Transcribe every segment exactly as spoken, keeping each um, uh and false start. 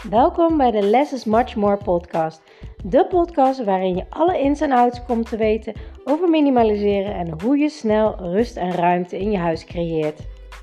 Welkom bij de Less is Much More podcast. De podcast waarin je alle ins en outs komt te weten over minimaliseren en hoe je snel rust en ruimte in je huis creëert.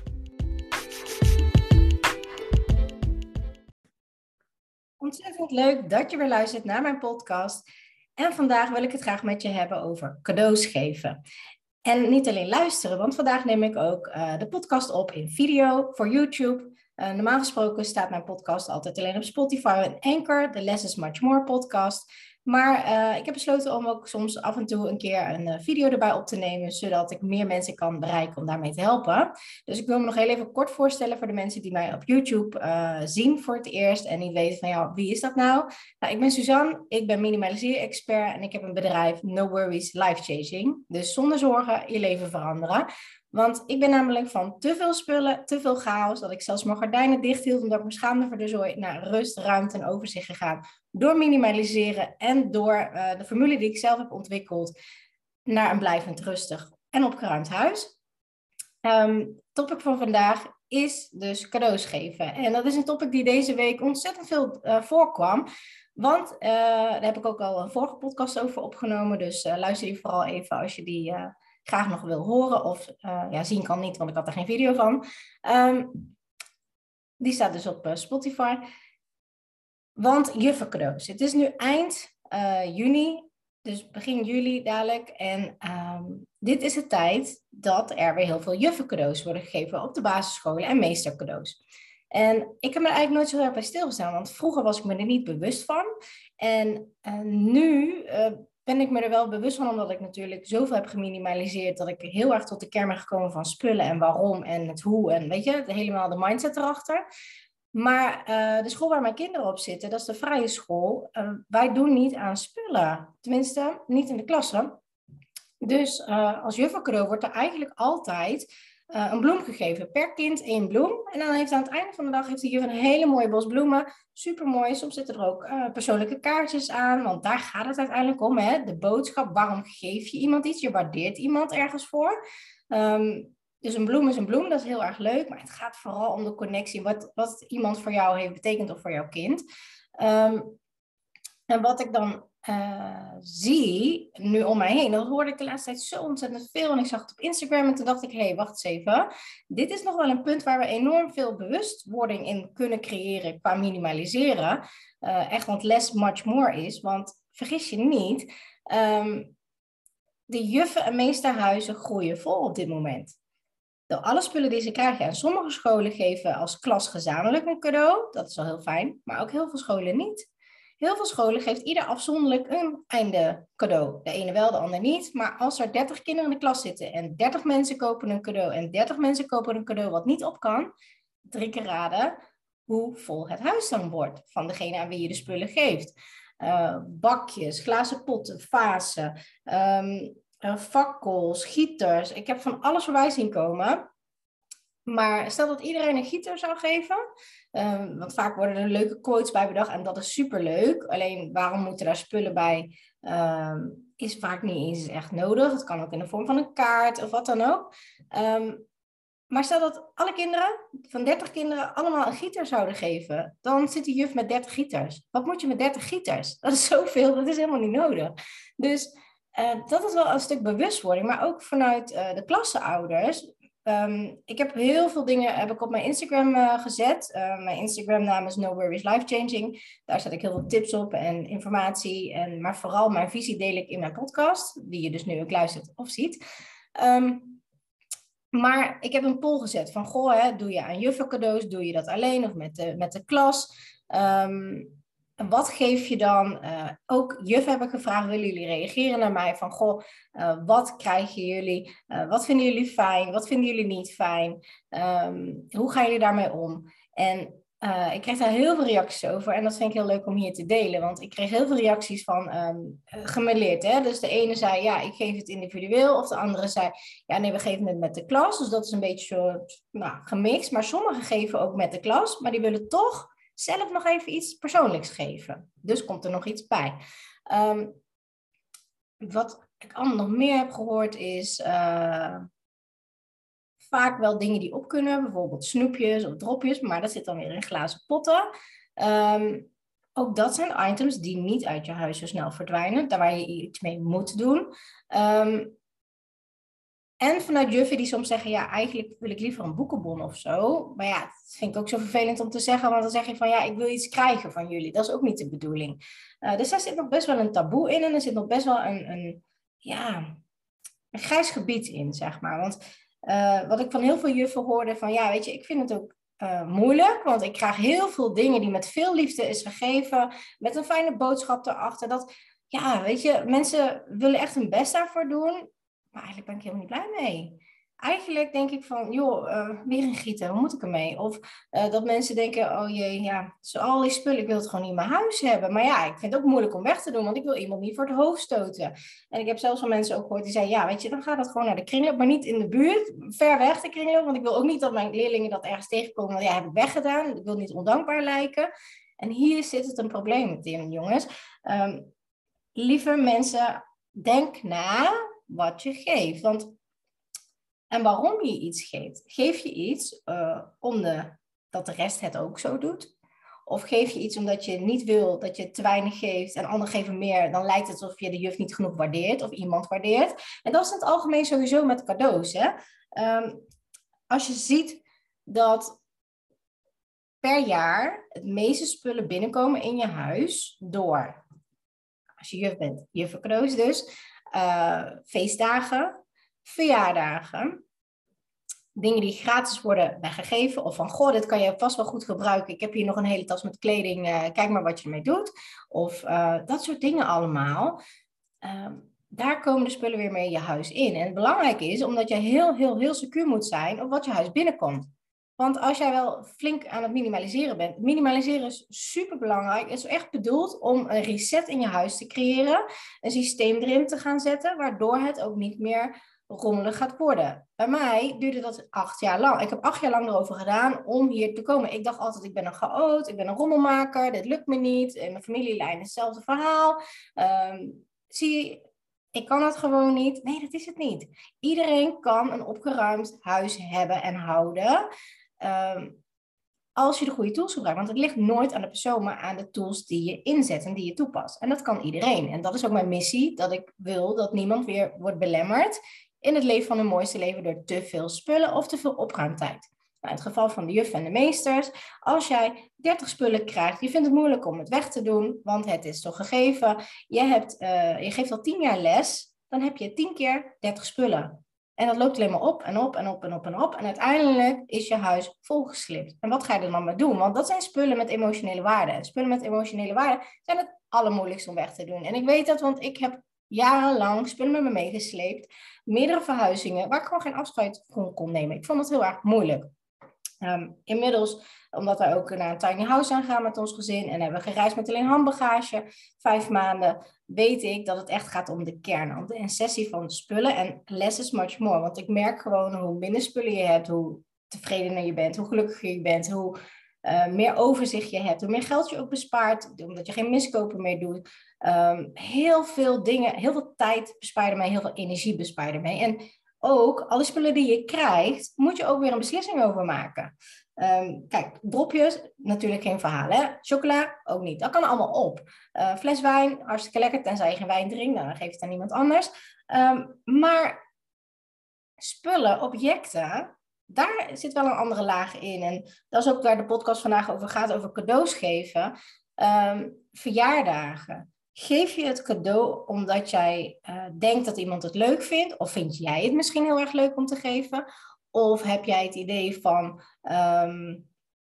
Ontzettend leuk dat je weer luistert naar mijn podcast. En vandaag wil ik het graag met je hebben over cadeaus geven. En niet alleen luisteren, want vandaag neem ik ook uh, de podcast op in video voor YouTube. Uh, normaal gesproken staat mijn podcast altijd alleen op Spotify en Anchor, de Less is Much More podcast. Maar uh, ik heb besloten om ook soms af en toe een keer een uh, video erbij op te nemen, zodat ik meer mensen kan bereiken om daarmee te helpen. Dus ik wil me nog heel even kort voorstellen voor de mensen die mij op YouTube uh, zien voor het eerst en niet weten van ja, wie is dat nou? Nou, ik ben Suzanne, ik ben minimaliseer-expert en ik heb een bedrijf No Worries Life Changing. Dus zonder zorgen je leven veranderen. Want ik ben namelijk van te veel spullen, te veel chaos, dat ik zelfs mijn gordijnen dicht hield omdat ik me schaamde voor de zooi, naar rust, ruimte en overzicht gegaan. Door minimaliseren en door uh, de formule die ik zelf heb ontwikkeld naar een blijvend rustig en opgeruimd huis. Um, topic van vandaag is dus cadeaus geven. En dat is een topic die deze week ontzettend veel uh, voorkwam. Want uh, daar heb ik ook al een vorige podcast over opgenomen. Dus uh, luister die vooral even als je die uh, graag nog wil horen. Of uh, ja, zien kan niet, want ik had er geen video van. Um, die staat dus op uh, Spotify. Want juffencadeaus. Het is nu eind uh, juni. Dus begin juli dadelijk. En um, dit is de tijd dat er weer heel veel juffencadeaus worden gegeven op de basisscholen en meestercadeaus. En ik heb me er eigenlijk nooit zo heel erg bij stilgestaan, want vroeger was ik me er niet bewust van. En uh, nu uh, ben ik me er wel bewust van, omdat ik natuurlijk zoveel heb geminimaliseerd, dat ik heel erg tot de kern ben gekomen van spullen en waarom en het hoe en weet je, helemaal de mindset erachter. Maar uh, de school waar mijn kinderen op zitten, dat is de vrije school. Uh, wij doen niet aan spullen. Tenminste, niet in de klassen. Dus uh, als juffencadeau wordt er eigenlijk altijd uh, een bloem gegeven. Per kind één bloem. En dan heeft aan het einde van de dag heeft de juf een hele mooie bos bloemen. Supermooi. Soms zitten er ook uh, persoonlijke kaartjes aan. Want daar gaat het uiteindelijk om. Hè? De boodschap. Waarom geef je iemand iets? Je waardeert iemand ergens voor. Um, Dus een bloem is een bloem, dat is heel erg leuk. Maar het gaat vooral om de connectie. Wat, wat iemand voor jou heeft betekend of voor jouw kind. Um, en wat ik dan uh, zie nu om mij heen. Dat hoorde ik de laatste tijd zo ontzettend veel. En ik zag het op Instagram en toen dacht ik, hé, hey, wacht eens even. Dit is nog wel een punt waar we enorm veel bewustwording in kunnen creëren qua minimaliseren. Uh, echt, want less much more is. Want vergis je niet, um, de juffen- en meesterhuizen groeien vol op dit moment. Door alle spullen die ze krijgen. En sommige scholen geven als klas gezamenlijk een cadeau. Dat is wel heel fijn. Maar ook heel veel scholen niet. Heel veel scholen geeft ieder afzonderlijk een einde cadeau. De ene wel, de ander niet. Maar als er dertig kinderen in de klas zitten en dertig mensen kopen een cadeau en dertig mensen kopen een cadeau wat niet op kan, drie keer raden hoe vol het huis dan wordt van degene aan wie je de spullen geeft. Uh, bakjes, glazen potten, vazen, um, Uh, fakkels, gieters. Ik heb van alles voorbij zien komen. Maar stel dat iedereen een gieter zou geven. Um, want vaak worden er leuke quotes bij bedacht. En dat is superleuk. Alleen waarom moeten daar spullen bij? Um, is vaak niet eens echt nodig. Het kan ook in de vorm van een kaart of wat dan ook. Um, maar stel dat alle kinderen, van dertig kinderen, allemaal een gieter zouden geven. Dan zit de juf met dertig gieters. Wat moet je met dertig gieters? Dat is zoveel, dat is helemaal niet nodig. Dus Uh, dat is wel een stuk bewustwording, maar ook vanuit uh, de klassenouders. Um, ik heb heel veel dingen heb ik op mijn Instagram uh, gezet. Uh, mijn Instagram naam is No Worries Life Changing. Daar zet ik heel veel tips op en informatie. En, maar vooral mijn visie deel ik in mijn podcast, die je dus nu ook luistert of ziet. Um, maar ik heb een poll gezet van, goh, hè, doe je aan juffencadeaus? Doe je dat alleen of met de, met de klas? Um, En wat geef je dan? Uh, ook juf heb ik gevraagd, willen jullie reageren naar mij? Van, goh, uh, wat krijgen jullie? Uh, wat vinden jullie fijn? Wat vinden jullie niet fijn? Um, hoe gaan jullie daarmee om? En uh, ik kreeg daar heel veel reacties over. En dat vind ik heel leuk om hier te delen. Want ik kreeg heel veel reacties van um, gemêleerd. Hè? Dus de ene zei, ja, ik geef het individueel. Of de andere zei, ja, nee, we geven het met de klas. Dus dat is een beetje zo, nou, gemixt. Maar sommigen geven ook met de klas. Maar die willen toch zelf nog even iets persoonlijks geven. Dus komt er nog iets bij. Um, wat ik allemaal nog meer heb gehoord is uh, vaak wel dingen die op kunnen. Bijvoorbeeld snoepjes of dropjes. Maar dat zit dan weer in glazen potten. Um, ook dat zijn items die niet uit je huis zo snel verdwijnen. Daar waar je iets mee moet doen. Um, en vanuit juffen die soms zeggen, ja, eigenlijk wil ik liever een boekenbon of zo. Maar ja, dat vind ik ook zo vervelend om te zeggen. Want dan zeg je van, ja, ik wil iets krijgen van jullie. Dat is ook niet de bedoeling. Uh, dus daar zit nog best wel een taboe in. En er zit nog best wel een, een ja, een grijs gebied in, zeg maar. Want uh, wat ik van heel veel juffen hoorde van, ja, weet je, ik vind het ook uh, moeilijk. Want ik krijg heel veel dingen die met veel liefde is gegeven. Met een fijne boodschap erachter. Dat, ja, weet je, mensen willen echt hun best daarvoor doen. Maar eigenlijk ben ik helemaal niet blij mee. Eigenlijk denk ik van, joh, uh, weer een gieten, hoe moet ik ermee? Of uh, dat mensen denken, oh jee, ja, zo al die spullen, ik wil het gewoon niet in mijn huis hebben. Maar ja, ik vind het ook moeilijk om weg te doen, want ik wil iemand niet voor het hoofd stoten. En ik heb zelfs van mensen ook gehoord die zeiden, ja, weet je, dan gaat het gewoon naar de kringloop, maar niet in de buurt, ver weg de kringloop. Want ik wil ook niet dat mijn leerlingen dat ergens tegenkomen, want ja, heb ik weggedaan. Ik wil niet ondankbaar lijken. En hier zit het een probleem in, jongens. Um, lieve mensen, denk na wat je geeft. Want, en waarom je iets geeft. Geef je iets uh, om de, dat de rest het ook zo doet? Of geef je iets omdat je niet wil dat je te weinig geeft en anderen geven meer, dan lijkt het alsof je de juf niet genoeg waardeert of iemand waardeert. En dat is in het algemeen sowieso met cadeaus. Hè? Um, als je ziet dat per jaar het meeste spullen binnenkomen in je huis door, als je juf bent, juffencadeaus dus, uh, feestdagen, verjaardagen, dingen die gratis worden weggegeven. Of van, goh, dit kan je vast wel goed gebruiken. Ik heb hier nog een hele tas met kleding. Uh, kijk maar wat je ermee doet. Of uh, dat soort dingen allemaal. Uh, daar komen de spullen weer mee je huis in. En het belangrijke is, omdat je heel, heel, heel secuur moet zijn op wat je huis binnenkomt. Want als jij wel flink aan het minimaliseren bent. Minimaliseren is super belangrijk. Het is echt bedoeld om een reset in je huis te creëren. Een systeem erin te gaan zetten. Waardoor het ook niet meer rommelig gaat worden. Bij mij duurde dat acht jaar lang. Ik heb acht jaar lang erover gedaan om hier te komen. Ik dacht altijd, ik ben een chaot, ik ben een rommelmaker, dit lukt me niet. In mijn familielijn is hetzelfde verhaal. Um, zie je, ik kan het gewoon niet. Nee, dat is het niet. Iedereen kan een opgeruimd huis hebben en houden. Um, als je de goede tools gebruikt. Want het ligt nooit aan de persoon, maar aan de tools die je inzet en die je toepast. En dat kan iedereen. En dat is ook mijn missie, dat ik wil dat niemand weer wordt belemmerd in het leven van hun mooiste leven door te veel spullen of te veel opruimtijd. Nou, in het geval van de juffen en de meesters, als jij dertig spullen krijgt, je vindt het moeilijk om het weg te doen, want het is toch gegeven. Je, hebt, uh, je geeft al tien jaar les, dan heb je tien keer dertig spullen. En dat loopt alleen maar op en op en op en op en op. En uiteindelijk is je huis volgeslipt. En wat ga je er dan mee doen? Want dat zijn spullen met emotionele waarde. En spullen met emotionele waarde zijn het allermoeilijkst om weg te doen. En ik weet dat, want ik heb jarenlang spullen met me meegesleept. Meerdere verhuizingen, waar ik gewoon geen afscheid van kon nemen. Ik vond het heel erg moeilijk. Um, inmiddels, omdat we ook naar een tiny house aan gaan met ons gezin en hebben we gereisd met alleen handbagage, vijf maanden, weet ik dat het echt gaat om de kern, om de essentie van de spullen en less is much more. Want ik merk gewoon hoe minder spullen je hebt, hoe tevredener je bent, hoe gelukkiger je bent, hoe uh, meer overzicht je hebt, hoe meer geld je ook bespaart, omdat je geen miskopen meer doet. Um, heel veel dingen, heel veel tijd bespaar je ermee, heel veel energie bespaar je ermee. En ook, alle spullen die je krijgt, moet je ook weer een beslissing over maken. Um, kijk, dropjes, natuurlijk geen verhaal, hè? Chocola, ook niet. Dat kan allemaal op. Uh, fles wijn, hartstikke lekker, tenzij je geen wijn drinkt. Nou, dan geef je het aan iemand anders. Um, maar spullen, objecten, daar zit wel een andere laag in. En dat is ook waar de podcast vandaag over gaat, over cadeaus geven. Um, verjaardagen. Geef je het cadeau omdat jij uh, denkt dat iemand het leuk vindt? Of vind jij het misschien heel erg leuk om te geven? Of heb jij het idee van, um,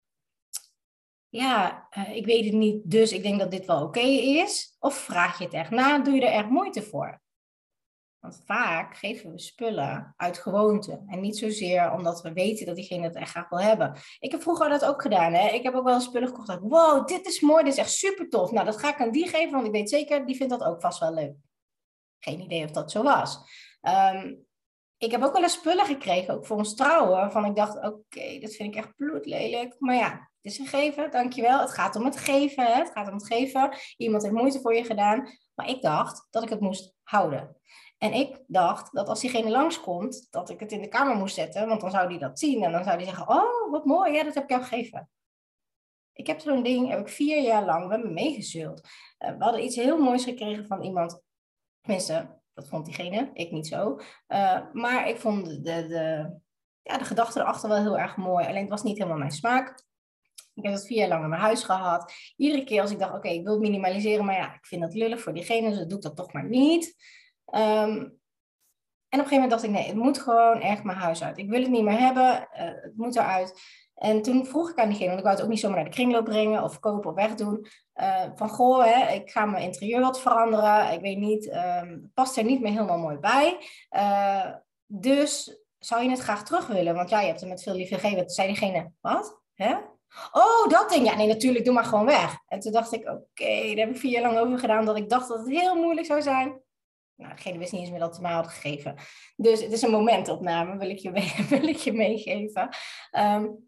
ja, uh, ik weet het niet, dus ik denk dat dit wel oké is? Of vraag je het echt na? Doe je er echt moeite voor? Want vaak geven we spullen uit gewoonte. En niet zozeer omdat we weten dat diegene het echt graag wil hebben. Ik heb vroeger dat ook gedaan. Hè? Ik heb ook wel spullen gekocht. Dat ik, wow, dit is mooi, dit is echt super tof. Nou, dat ga ik aan die geven, want ik weet zeker, die vindt dat ook vast wel leuk. Geen idee of dat zo was. Um, ik heb ook wel eens spullen gekregen, ook voor ons trouwen. Waarvan ik dacht, oké, okay, dat vind ik echt bloedlelijk. Maar ja, het is een geven, dankjewel. Het gaat om het geven. Hè? Het gaat om het geven. Iemand heeft moeite voor je gedaan. Maar ik dacht dat ik het moest houden. En ik dacht dat als diegene langskomt, dat ik het in de kamer moest zetten. Want dan zou die dat zien. En dan zou die zeggen, oh, wat mooi, ja, dat heb ik jou gegeven. Ik heb zo'n ding, heb ik vier jaar lang met me meegezeuld. Uh, we hadden iets heel moois gekregen van iemand. Tenminste, dat vond diegene, ik niet zo. Uh, maar ik vond de, de, ja, de gedachte erachter wel heel erg mooi. Alleen het was niet helemaal mijn smaak. Ik heb dat vier jaar lang in mijn huis gehad. Iedere keer als ik dacht, oké, okay, ik wil het minimaliseren. Maar ja, ik vind dat lullig voor diegene, dus doe ik dat toch maar niet. Um, en op een gegeven moment dacht ik, nee, het moet gewoon echt mijn huis uit. Ik wil het niet meer hebben, uh, het moet eruit. En toen vroeg ik aan diegene, want ik wou het ook niet zomaar naar de kringloop brengen of kopen of wegdoen. Uh, van, goh, hè, ik ga mijn interieur wat veranderen. Ik weet niet, um, het past er niet meer helemaal mooi bij. Uh, dus zou je het graag terug willen? Want ja, je hebt het met veel liefde gegeven. Toen zei diegene, wat? Hè? Oh, dat ding. Ja, nee, natuurlijk, doe maar gewoon weg. En toen dacht ik, oké, okay, daar heb ik vier jaar lang over gedaan, dat ik dacht dat het heel moeilijk zou zijn. Nou, degene wist niet eens meer dat ze mij had gegeven. Dus het is een momentopname, wil ik je, mee, wil ik je meegeven. Um,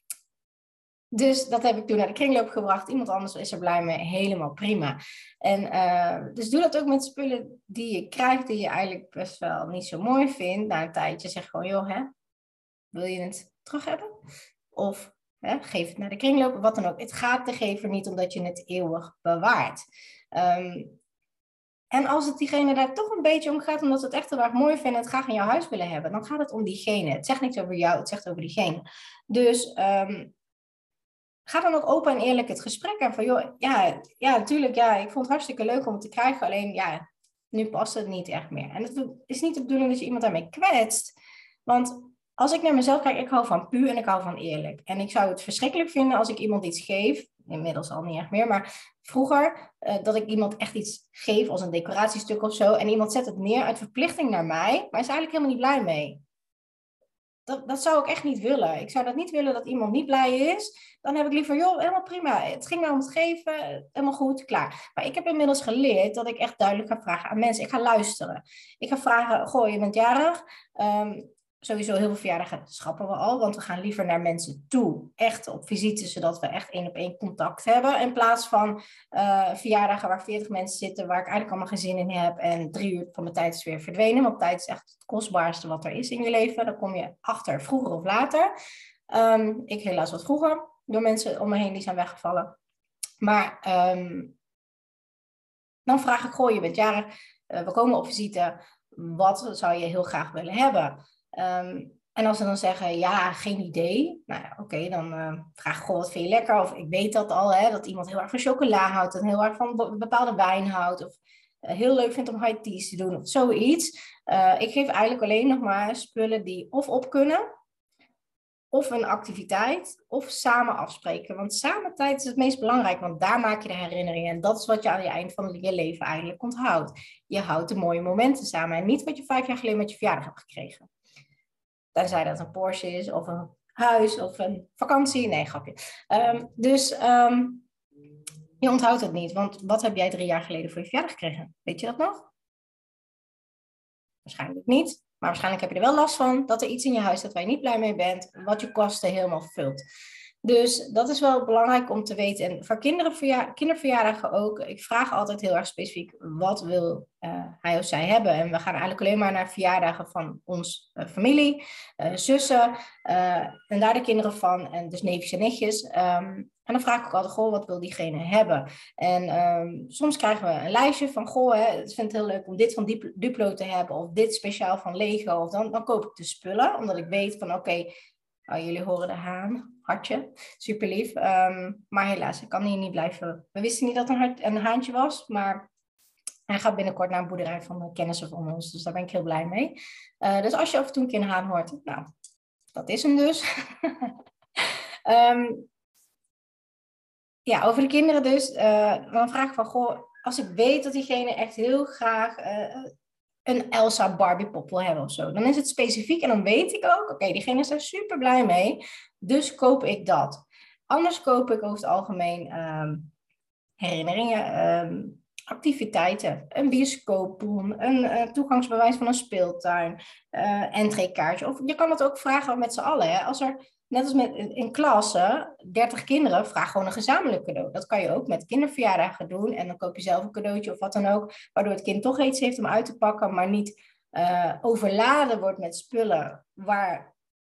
dus dat heb ik toen naar de kringloop gebracht. Iemand anders is er blij mee, helemaal prima. En uh, dus doe dat ook met spullen die je krijgt, die je eigenlijk best wel niet zo mooi vindt. Na een tijdje zeg gewoon, joh, hè, wil je het terug hebben? Of hè, geef het naar de kringloop, wat dan ook. Het gaat de gever niet omdat je het eeuwig bewaart. Um, En als het diegene daar toch een beetje om gaat, omdat ze het echt heel erg mooi vinden en het graag in jouw huis willen hebben, dan gaat het om diegene. Het zegt niks over jou, het zegt over diegene. Dus um, ga dan ook open en eerlijk het gesprek aan van, joh, ja, ja, natuurlijk, ja, ik vond het hartstikke leuk om het te krijgen, alleen ja, nu past het niet echt meer. En het is niet de bedoeling dat je iemand daarmee kwetst, want als ik naar mezelf kijk, ik hou van puur en ik hou van eerlijk. En ik zou het verschrikkelijk vinden als ik iemand iets geef, inmiddels al niet echt meer, maar vroeger, uh, dat ik iemand echt iets geef als een decoratiestuk of zo, en iemand zet het neer uit verplichting naar mij, maar is eigenlijk helemaal niet blij mee. Dat, dat zou ik echt niet willen. Ik zou dat niet willen dat iemand niet blij is. Dan heb ik liever, joh, helemaal prima. Het ging maar om het geven, helemaal goed, klaar. Maar ik heb inmiddels geleerd dat ik echt duidelijk ga vragen aan mensen. Ik ga luisteren. Ik ga vragen, goh, je bent jarig. Um, Sowieso heel veel verjaardagen schrappen we al, want we gaan liever naar mensen toe. Echt op visite, zodat we echt één op één contact hebben. In plaats van uh, verjaardagen waar veertig mensen zitten, waar ik eigenlijk allemaal geen zin in heb. En drie uur van mijn tijd is weer verdwenen. Want tijd is echt het kostbaarste wat er is in je leven. Daar kom je achter, vroeger of later. Um, ik helaas wat vroeger, door mensen om me heen die zijn weggevallen. Maar um, dan vraag ik, goh, je bent jarig. Uh, we komen op visite. Wat zou je heel graag willen hebben? Um, en als ze dan zeggen, ja, geen idee. Nou ja, oké, okay, dan uh, vraag ik gewoon, wat vind je lekker? Of ik weet dat al, hè, dat iemand heel erg van chocola houdt. En heel erg van een bepaalde wijn houdt. Of uh, heel leuk vindt om high teas te doen. Of zoiets. Uh, ik geef eigenlijk alleen nog maar spullen die of op kunnen. Of een activiteit. Of samen afspreken. Want samen tijd is het meest belangrijk. Want daar maak je de herinneringen. En dat is wat je aan je eind van je leven eigenlijk onthoudt. Je houdt de mooie momenten samen. En niet wat je vijf jaar geleden met je verjaardag hebt gekregen. Tenzij dat een Porsche is, of een huis, of een vakantie. Nee, grapje. Um, dus um, je onthoudt het niet. Want wat heb jij drie jaar geleden voor je verjaardag gekregen? Weet je dat nog? Waarschijnlijk niet. Maar waarschijnlijk heb je er wel last van dat er iets in je huis dat waar je niet blij mee bent, wat je kosten helemaal vult. Dus dat is wel belangrijk om te weten. En voor kinderverja- kinderverjaardagen ook. Ik vraag altijd heel erg specifiek, wat wil uh, hij of zij hebben? En we gaan eigenlijk alleen maar naar verjaardagen van ons uh, familie, uh, zussen. Uh, en daar de kinderen van. En dus neefjes en nichtjes. Um, en dan vraag ik ook altijd, goh, wat wil diegene hebben? En um, soms krijgen we een lijstje van, goh, hè, ik vind het heel leuk om dit van Duplo, Duplo te hebben. Of dit speciaal van Lego. Of dan, dan koop ik de spullen. Omdat ik weet van, oké, okay, oh, jullie horen de haan. Hartje, super lief. Um, maar helaas, ik kan hier niet blijven. We wisten niet dat het een, hart, een haantje was, maar hij gaat binnenkort naar een boerderij van kennissen van ons. Dus daar ben ik heel blij mee. Uh, dus als je af en toe een keer een haan hoort, nou, dat is hem dus. um, ja, over de kinderen dus. Uh, dan vraag ik van, goh, als ik weet dat diegene echt heel graag uh, een Elsa Barbie pop wil hebben of zo. Dan is het specifiek en dan weet ik ook, oké, okay, diegene is er super blij mee. Dus koop ik dat. Anders koop ik over het algemeen um, herinneringen, um, activiteiten, een bioscoopbon, een uh, toegangsbewijs van een speeltuin, uh, entreekaartje. Of je kan het ook vragen met z'n allen. Hè? Als er, net als met, in klassen, dertig kinderen, vraag gewoon een gezamenlijk cadeau. Dat kan je ook met kinderverjaardagen doen. En dan koop je zelf een cadeautje of wat dan ook, waardoor het kind toch iets heeft om uit te pakken, maar niet uh, overladen wordt met spullen waar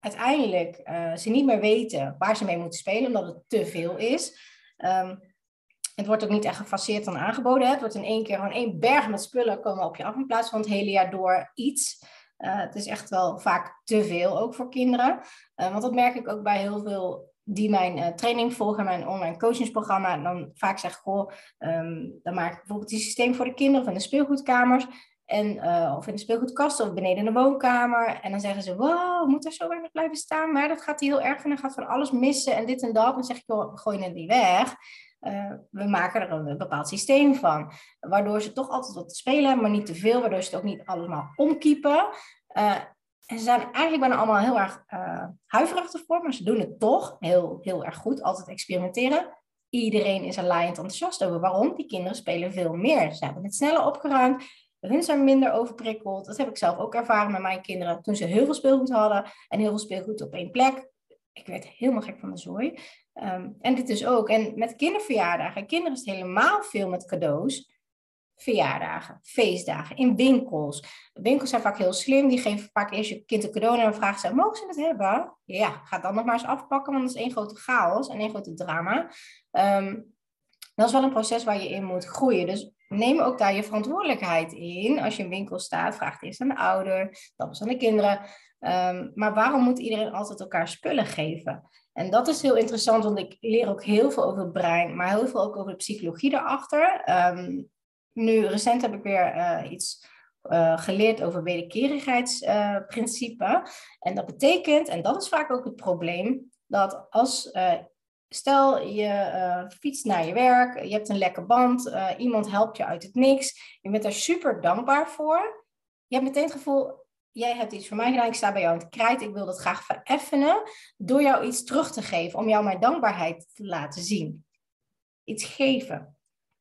uiteindelijk uh, ze niet meer weten waar ze mee moeten spelen, omdat het te veel is. Um, het wordt ook niet echt gefaseerd dan aangeboden. Hè? Het wordt in één keer gewoon één berg met spullen komen op je af in plaats van het hele jaar door iets. Uh, het is echt wel vaak te veel, ook voor kinderen. Uh, want dat merk ik ook bij heel veel die mijn uh, training volgen, mijn online coachingsprogramma. En dan vaak zeg ik, goh, um, dan maak ik bijvoorbeeld een systeem voor de kinderen of in de speelgoedkamers. En, uh, of in de speelgoedkast of beneden in de woonkamer. En dan zeggen ze, wow, moet er zo weinig blijven staan? Maar dat gaat hij heel erg vinden, gaat van alles missen en dit en dat. En dan zeg ik, joh, gooi het niet weg. Uh, we maken er een, een bepaald systeem van. Waardoor ze toch altijd wat te spelen hebben, maar niet te veel. Waardoor ze het ook niet allemaal omkiepen. Uh, en ze zijn eigenlijk bijna allemaal heel erg uh, huiverig ervoor. Maar ze doen het toch heel, heel erg goed. Altijd experimenteren. Iedereen is er laaiend enthousiast over. Waarom? Die kinderen spelen veel meer. Ze hebben het sneller opgeruimd. Hun zijn minder overprikkeld. Dat heb ik zelf ook ervaren met mijn kinderen. Toen ze heel veel speelgoed hadden. En heel veel speelgoed op één plek. Ik werd helemaal gek van de zooi. Um, en dit dus ook. En met kinderverjaardagen. Kinderen is het helemaal veel met cadeaus. Verjaardagen, feestdagen, in winkels. Winkels zijn vaak heel slim. Die geven vaak eerst je kind een cadeau en dan vragen ze, mogen ze het hebben? Ja, ga het dan nog maar eens afpakken, want dat is één grote chaos en één grote drama. Um, dat is wel een proces waar je in moet groeien. Dus neem ook daar je verantwoordelijkheid in. Als je in winkel staat, vraag het eerst aan de ouder, dan pas aan de kinderen. Um, maar waarom moet iedereen altijd elkaar spullen geven? En dat is heel interessant, want ik leer ook heel veel over het brein, maar heel veel ook over de psychologie daarachter. Um, nu, recent heb ik weer uh, iets uh, geleerd over wederkerigheidsprincipe. Uh, en dat betekent, en dat is vaak ook het probleem, dat als... Uh, Stel, je uh, fietst naar je werk, je hebt een lekke band, uh, iemand helpt je uit het niks. Je bent daar super dankbaar voor. Je hebt meteen het gevoel, jij hebt iets voor mij gedaan, ik sta bij jou in het krijt, ik wil dat graag vereffenen. Door jou iets terug te geven, om jou mijn dankbaarheid te laten zien. Iets geven.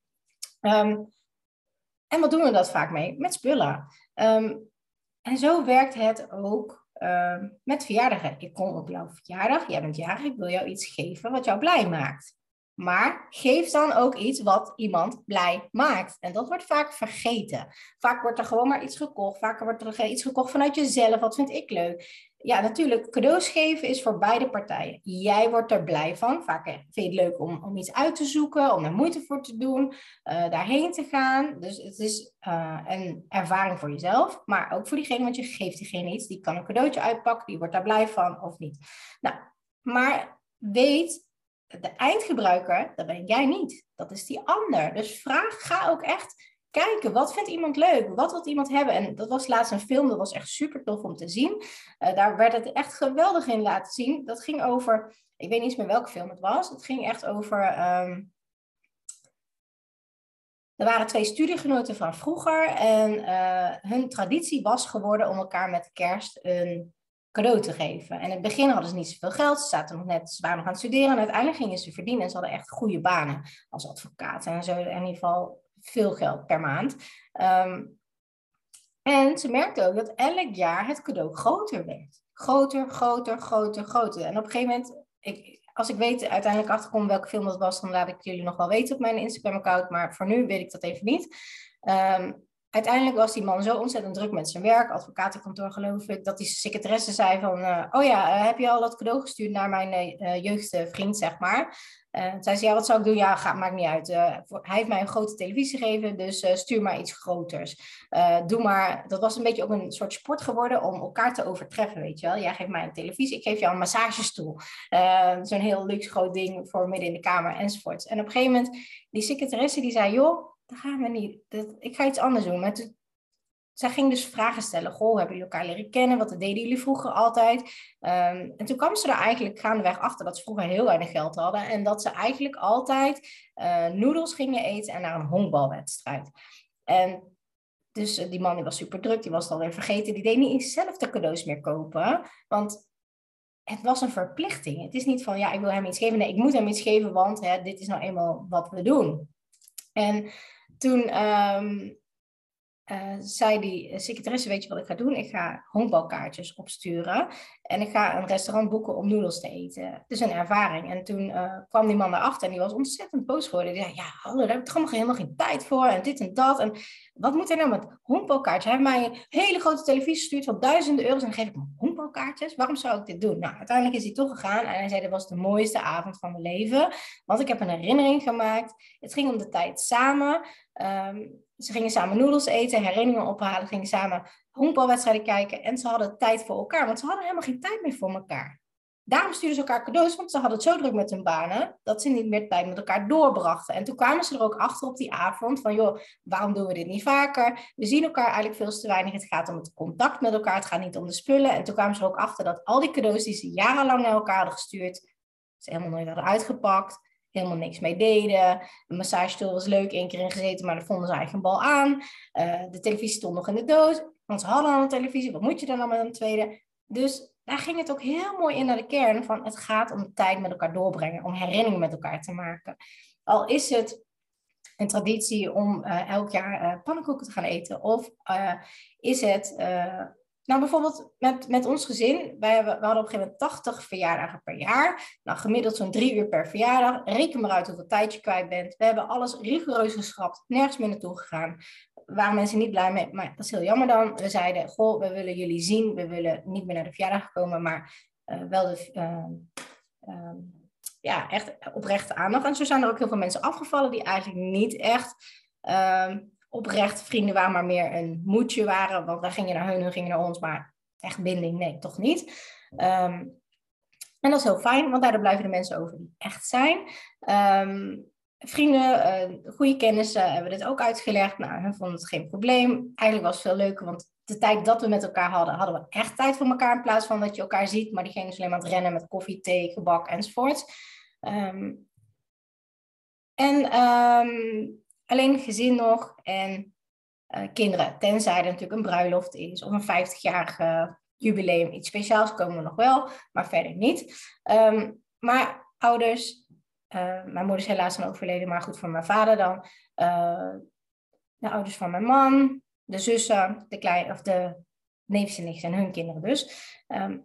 Um, en wat doen we dat vaak mee? Met spullen. Um, en zo werkt het ook. Uh, met verjaardagen. Ik kom op jouw verjaardag, jij bent jarig, ik wil jou iets geven wat jou blij maakt. Maar geef dan ook iets wat iemand blij maakt. En dat wordt vaak vergeten. Vaak wordt er gewoon maar iets gekocht. Vaak wordt er iets gekocht vanuit jezelf. Wat vind ik leuk? Ja, natuurlijk, cadeaus geven is voor beide partijen. Jij wordt er blij van. Vaak vind je het leuk om, om iets uit te zoeken, om er moeite voor te doen, uh, daarheen te gaan. Dus het is uh, een ervaring voor jezelf, maar ook voor diegene, want je geeft diegene iets. Die kan een cadeautje uitpakken, die wordt daar blij van of niet. Nou, maar weet, de eindgebruiker, dat ben jij niet. Dat is die ander. Dus vraag, ga ook echt kijken, wat vindt iemand leuk? Wat wil iemand hebben? En dat was laatst een film, dat was echt super tof om te zien. Uh, daar werd het echt geweldig in laten zien. Dat ging over, ik weet niet eens meer welke film het was. Het ging echt over, um, er waren twee studiegenoten van vroeger. En uh, hun traditie was geworden om elkaar met kerst een cadeau te geven. En in het begin hadden ze niet zoveel geld. Ze zaten nog net, ze waren nog aan het studeren. En uiteindelijk gingen ze verdienen. En ze hadden echt goede banen als advocaat. En zo in ieder geval veel geld per maand. Um, en ze merkte ook dat elk jaar het cadeau groter werd. Groter, groter, groter, groter. En op een gegeven moment, ik, als ik weet uiteindelijk achterkom welke film dat was, dan laat ik jullie nog wel weten op mijn Instagram-account. Maar voor nu weet ik dat even niet. Um, uiteindelijk was die man zo ontzettend druk met zijn werk, advocatenkantoor geloof ik, dat die secretaresse zei van, uh, oh ja, uh, heb je al dat cadeau gestuurd naar mijn uh, jeugdvriend, zeg maar. Uh, zei ze, ja, wat zou ik doen? Ja, gaat, maakt niet uit. Uh, voor, hij heeft mij een grote televisie gegeven, dus uh, stuur maar iets groters. Uh, doe maar, dat was een beetje ook een soort sport geworden om elkaar te overtreffen, weet je wel. Jij geeft mij een televisie, ik geef jou een massagestoel. Uh, Zo'n heel luxe groot ding voor midden in de kamer enzovoorts. En op een gegeven moment, die secretaresse die zei, joh, dat gaan we niet. Dat, ik ga iets anders doen. Maar toen, zij ging dus vragen stellen. Goh, hebben jullie elkaar leren kennen? Wat deden jullie vroeger altijd? Um, en toen kwam ze er eigenlijk gaandeweg achter dat ze vroeger heel weinig geld hadden. En dat ze eigenlijk altijd uh, noedels gingen eten en naar een honkbalwedstrijd. En dus uh, die man die was super druk. Die was het alweer vergeten. Die deed niet eens zelf de cadeaus meer kopen. Want het was een verplichting. Het is niet van, ja, ik wil hem iets geven. Nee, ik moet hem iets geven, want hè, dit is nou eenmaal wat we doen. En toen... Um, uh, zei die secretaresse, weet je wat ik ga doen? Ik ga honkbalkaartjes opsturen. En ik ga een restaurant boeken om noedels te eten. Het is een ervaring. En toen uh, kwam die man daarachter en die was ontzettend boos geworden. Die zei, ja, hallo, daar heb ik toch helemaal, helemaal geen tijd voor. En dit en dat. En wat moet hij nou met honkbalkaartjes? Hij heeft mij een hele grote televisie gestuurd van duizenden euro's. En dan geef ik hem honkbalkaartjes. Waarom zou ik dit doen? Nou, uiteindelijk is hij toch gegaan. En hij zei, dit was de mooiste avond van mijn leven. Want ik heb een herinnering gemaakt. Het ging om de tijd samen. Um, ze gingen samen noedels eten, herinneringen ophalen, gingen samen honkbalwedstrijden kijken en ze hadden tijd voor elkaar, want ze hadden helemaal geen tijd meer voor elkaar. Daarom stuurden ze elkaar cadeaus, want ze hadden het zo druk met hun banen, dat ze niet meer tijd met elkaar doorbrachten. En toen kwamen ze er ook achter op die avond van, joh, waarom doen we dit niet vaker? We zien elkaar eigenlijk veel te weinig. Het gaat om het contact met elkaar, het gaat niet om de spullen. En toen kwamen ze er ook achter dat al die cadeaus die ze jarenlang naar elkaar hadden gestuurd, ze helemaal nooit hadden uitgepakt. Helemaal niks mee deden. Een massagestoel was leuk, één keer in gezeten, maar daar vonden ze eigenlijk een bal aan. Uh, de televisie stond nog in de doos, want ze hadden al een televisie. Wat moet je dan dan met een tweede? Dus daar ging het ook heel mooi in naar de kern van het gaat om tijd met elkaar doorbrengen, om herinneringen met elkaar te maken. Al is het een traditie om uh, elk jaar uh, pannenkoeken te gaan eten, of uh, is het... Uh, Nou, bijvoorbeeld met, met ons gezin, wij hebben, we hadden op een gegeven moment tachtig verjaardagen per jaar. Nou, gemiddeld zo'n drie uur per verjaardag. Reken maar uit hoeveel tijd je kwijt bent. We hebben alles rigoureus geschrapt, nergens meer naartoe gegaan. Daar waren mensen niet blij mee, maar dat is heel jammer dan. We zeiden, goh, we willen jullie zien. We willen niet meer naar de verjaardag komen, maar uh, wel de... Uh, uh, ja, echt oprechte aandacht. En zo zijn er ook heel veel mensen afgevallen die eigenlijk niet echt... Uh, oprecht vrienden waren, maar meer een moedje waren. Want wij gingen naar hun, hun gingen naar ons. Maar echt binding, nee, toch niet. Um, en dat is heel fijn, want daardoor blijven de mensen over die echt zijn. Um, vrienden, uh, goede kennissen hebben dit ook uitgelegd. Nou, hun vonden het geen probleem. Eigenlijk was het veel leuker, want de tijd dat we met elkaar hadden, hadden we echt tijd voor elkaar. In plaats van dat je elkaar ziet, maar diegene is alleen maar aan het rennen met koffie, thee, gebak enzovoort. Um, en... Um, Alleen gezin nog en uh, kinderen. Tenzij er natuurlijk een bruiloft is of een vijftigjarige jubileum. Iets speciaals komen we nog wel, maar verder niet. Um, maar ouders, uh, mijn moeder is helaas dan overleden, maar goed, voor mijn vader dan. Uh, de ouders van mijn man, de zussen, de kleine, of de neefjes en nichtjes en hun kinderen dus. Um,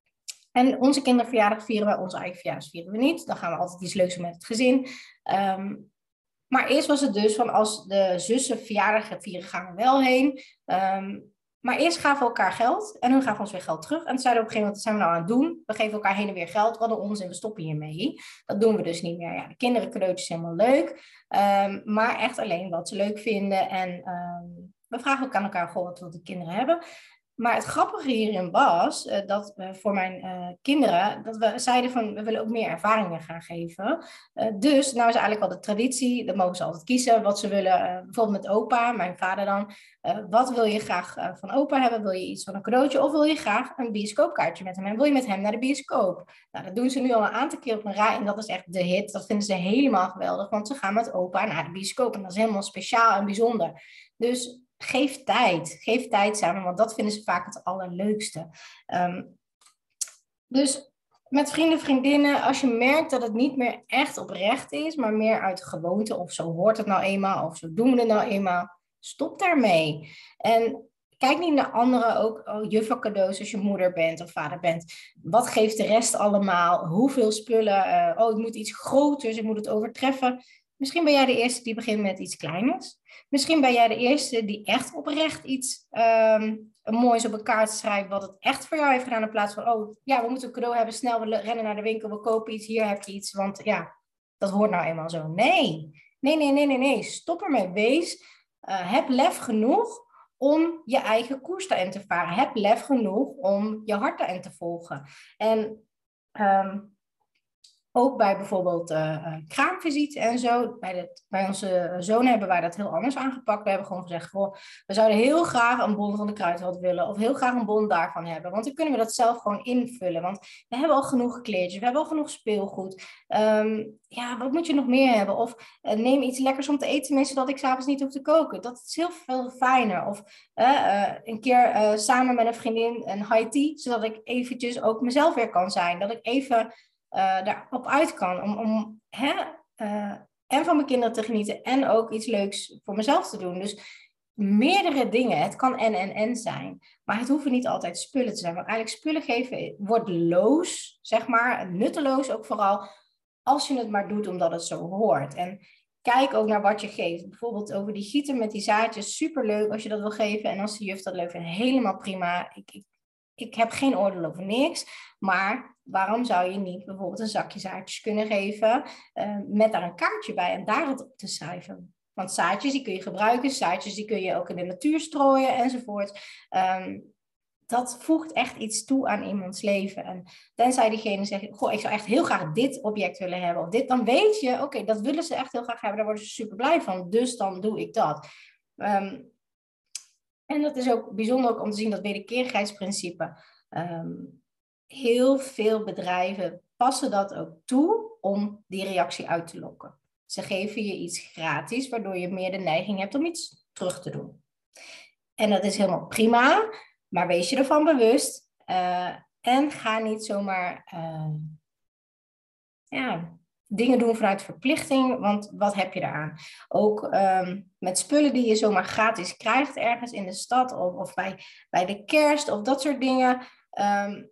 en onze kinderverjaardag vieren wij, onze eigen verjaardag vieren we niet. Dan gaan we altijd iets leuks doen met het gezin. Um, Maar eerst was het dus van als de zussen verjaardag vieren, gaan we wel heen. Um, maar eerst gaven we elkaar geld en hun gaven ons weer geld terug. En toen zeiden we op een gegeven moment, wat zijn we nou aan het doen? We geven elkaar heen en weer geld, wat een onzin, we stoppen hiermee. Dat doen we dus niet meer. Ja, de kinderen cadeautjes helemaal leuk, um, maar echt alleen wat ze leuk vinden. En um, we vragen ook aan elkaar, goh, wat wil de kinderen hebben? Maar het grappige hierin was uh, dat we voor mijn uh, kinderen, dat we zeiden van, we willen ook meer ervaringen gaan geven. Uh, dus, nou is eigenlijk wel de traditie, dan mogen ze altijd kiezen wat ze willen. Uh, bijvoorbeeld met opa, mijn vader dan. Uh, wat wil je graag uh, van opa hebben? Wil je iets van een cadeautje of wil je graag een bioscoopkaartje met hem? En wil je met hem naar de bioscoop? Nou, dat doen ze nu al een aantal keer op een rij en dat is echt de hit. Dat vinden ze helemaal geweldig, want ze gaan met opa naar de bioscoop en dat is helemaal speciaal en bijzonder. Dus... Geef tijd. Geef tijd samen, want dat vinden ze vaak het allerleukste. Um, dus met vrienden, vriendinnen, als je merkt dat het niet meer echt oprecht is, maar meer uit gewoonte, of zo hoort het nou eenmaal, of zo doen we het nou eenmaal, stop daarmee. En kijk niet naar anderen, ook oh, juffercadeaus als je moeder bent of vader bent. Wat geeft de rest allemaal? Hoeveel spullen? Uh, oh, ik moet iets groters, ik moet het overtreffen. Misschien ben jij de eerste die begint met iets kleiners. Misschien ben jij de eerste die echt oprecht iets um, moois op een kaart schrijft, wat het echt voor jou heeft gedaan, in plaats van, oh ja, we moeten een cadeau hebben, snel, we rennen naar de winkel, we kopen iets, hier heb je iets, want ja, dat hoort nou eenmaal zo. Nee, nee, nee, nee, nee, nee. Stop ermee, wees, uh, heb lef genoeg om je eigen koers daarin te varen. Heb lef genoeg om je hart daarin te volgen. En... Um, Ook bij bijvoorbeeld uh, kraamvisite en zo. Bij, het, bij onze zoon hebben wij dat heel anders aangepakt. We hebben gewoon gezegd, goh, we zouden heel graag een bon van de Kruidvat willen. Of heel graag een bon daarvan hebben. Want dan kunnen we dat zelf gewoon invullen. Want we hebben al genoeg kleertjes. We hebben al genoeg speelgoed. Um, ja, wat moet je nog meer hebben? Of uh, neem iets lekkers om te eten mee, zodat ik 's avonds niet hoef te koken. Dat is heel veel fijner. Of uh, uh, een keer uh, samen met een vriendin een high tea. Zodat ik eventjes ook mezelf weer kan zijn. Dat ik even... Uh, daarop uit kan. Om, om hè, uh, en van mijn kinderen te genieten. En ook iets leuks voor mezelf te doen. Dus meerdere dingen. Het kan en en en zijn. Maar het hoeven niet altijd spullen te zijn. Want eigenlijk spullen geven wordt loos, zeg maar. Nutteloos ook vooral. Als je het maar doet omdat het zo hoort. En kijk ook naar wat je geeft. Bijvoorbeeld over die gieten met die zaadjes. Superleuk als je dat wil geven. En als de juf dat leuk vindt, helemaal prima. Ik, ik, ik heb geen oordeel over niks. Maar waarom zou je niet bijvoorbeeld een zakje zaadjes kunnen geven. Uh, met daar een kaartje bij. En daar het op te schrijven. Want zaadjes die kun je gebruiken. Zaadjes die kun je ook in de natuur strooien enzovoort. Um, dat voegt echt iets toe aan iemands leven. En tenzij diegene zegt, goh, ik zou echt heel graag dit object willen hebben. Of dit, dan weet je, oké, okay, dat willen ze echt heel graag hebben. Daar worden ze super blij van. Dus dan doe ik dat. Um, en dat is ook bijzonder ook om te zien dat wederkerigheidsprincipe. Um, heel veel bedrijven passen dat ook toe om die reactie uit te lokken. Ze geven je iets gratis, waardoor je meer de neiging hebt om iets terug te doen. En dat is helemaal prima. Maar wees je ervan bewust uh, en ga niet zomaar uh, ja, dingen doen vanuit verplichting, want wat heb je eraan? Ook um, met spullen die je zomaar gratis krijgt ergens in de stad of, of bij, bij de kerst of dat soort dingen. Um,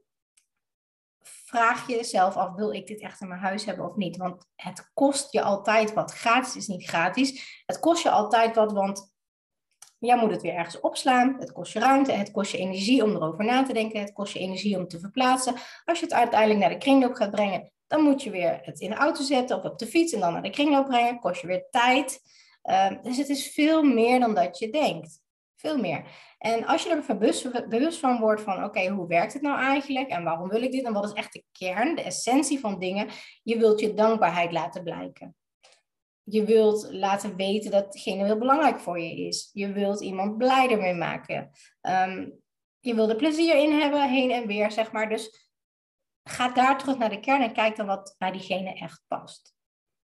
vraag je jezelf af, wil ik dit echt in mijn huis hebben of niet? Want het kost je altijd wat. Gratis is niet gratis. Het kost je altijd wat, want jij moet het weer ergens opslaan. Het kost je ruimte, het kost je energie om erover na te denken. Het kost je energie om te verplaatsen. Als je het uiteindelijk naar de kringloop gaat brengen, dan moet je weer het in de auto zetten of op de fiets en dan naar de kringloop brengen. Kost je weer tijd. Uh, dus het is veel meer dan dat je denkt. Veel meer. En als je er bewust, bewust van wordt van, oké, okay, hoe werkt het nou eigenlijk? En waarom wil ik dit? En wat is echt de kern, de essentie van dingen? Je wilt je dankbaarheid laten blijken. Je wilt laten weten dat degene heel belangrijk voor je is. Je wilt iemand blij ermee maken. Um, je wilt er plezier in hebben, heen en weer, zeg maar. Dus ga daar terug naar de kern en kijk dan wat bij diegene echt past.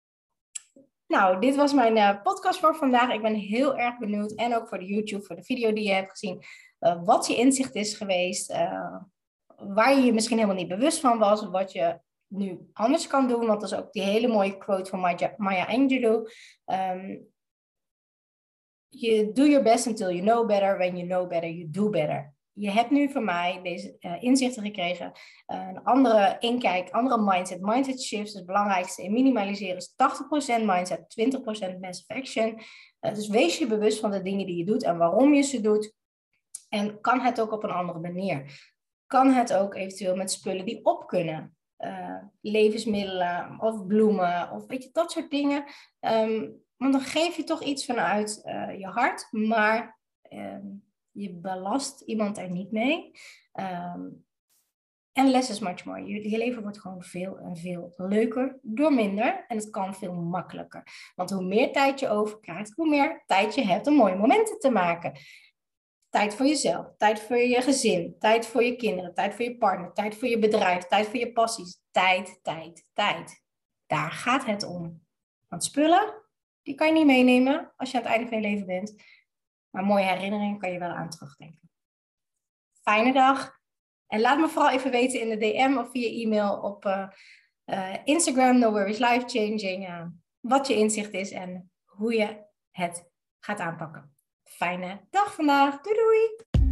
Nou, dit was mijn uh, podcast voor vandaag. Ik ben heel erg benieuwd. En ook voor de YouTube, voor de video die je hebt gezien. Uh, wat je inzicht is geweest. Uh, waar je je misschien helemaal niet bewust van was. Of wat je nu anders kan doen. Want dat is ook die hele mooie quote van Maya, Maya Angelou. Um, you do your best until you know better. When you know better, you do better. Je hebt nu van mij deze uh, inzichten gekregen. Uh, een andere inkijk, andere mindset. Mindset shifts, het belangrijkste in minimaliseren is tachtig procent mindset, twintig procent massive action. Uh, dus wees je bewust van de dingen die je doet en waarom je ze doet. En kan het ook op een andere manier? Kan het ook eventueel met spullen die op kunnen? Uh, levensmiddelen of bloemen of weet je, dat soort dingen. Um, want dan geef je toch iets vanuit uh, je hart, maar um, je belast iemand er niet mee. Um, en less is much more. Je, je leven wordt gewoon veel en veel leuker door minder. En het kan veel makkelijker. Want hoe meer tijd je overkrijgt, hoe meer tijd je hebt om mooie momenten te maken. Tijd voor jezelf, tijd voor je gezin, tijd voor je kinderen, tijd voor je partner, tijd voor je bedrijf, tijd voor je passies. Tijd, tijd, tijd. Daar gaat het om. Want spullen, die kan je niet meenemen als je aan het einde van je leven bent. Maar mooie herinneringen kan je wel aan terugdenken. Fijne dag. En laat me vooral even weten in de D M of via e-mail op uh, uh, Instagram, No Worries Life Changing, uh, wat je inzicht is en hoe je het gaat aanpakken. Fijne dag vandaag. Doei doei!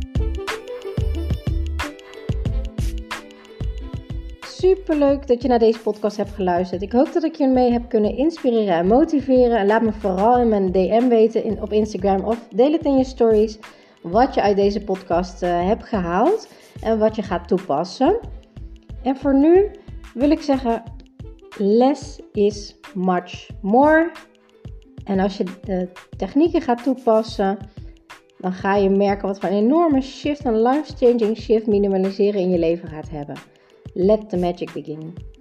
Superleuk dat je naar deze podcast hebt geluisterd. Ik hoop dat ik je mee heb kunnen inspireren en motiveren. En laat me vooral in mijn D M weten in, op Instagram of deel het in je stories wat je uit deze podcast uh, hebt gehaald en wat je gaat toepassen. En voor nu wil ik zeggen, less is much more. En als je de technieken gaat toepassen, dan ga je merken wat voor een enorme shift, een life-changing shift minimaliseren in je leven gaat hebben. Let the magic begin.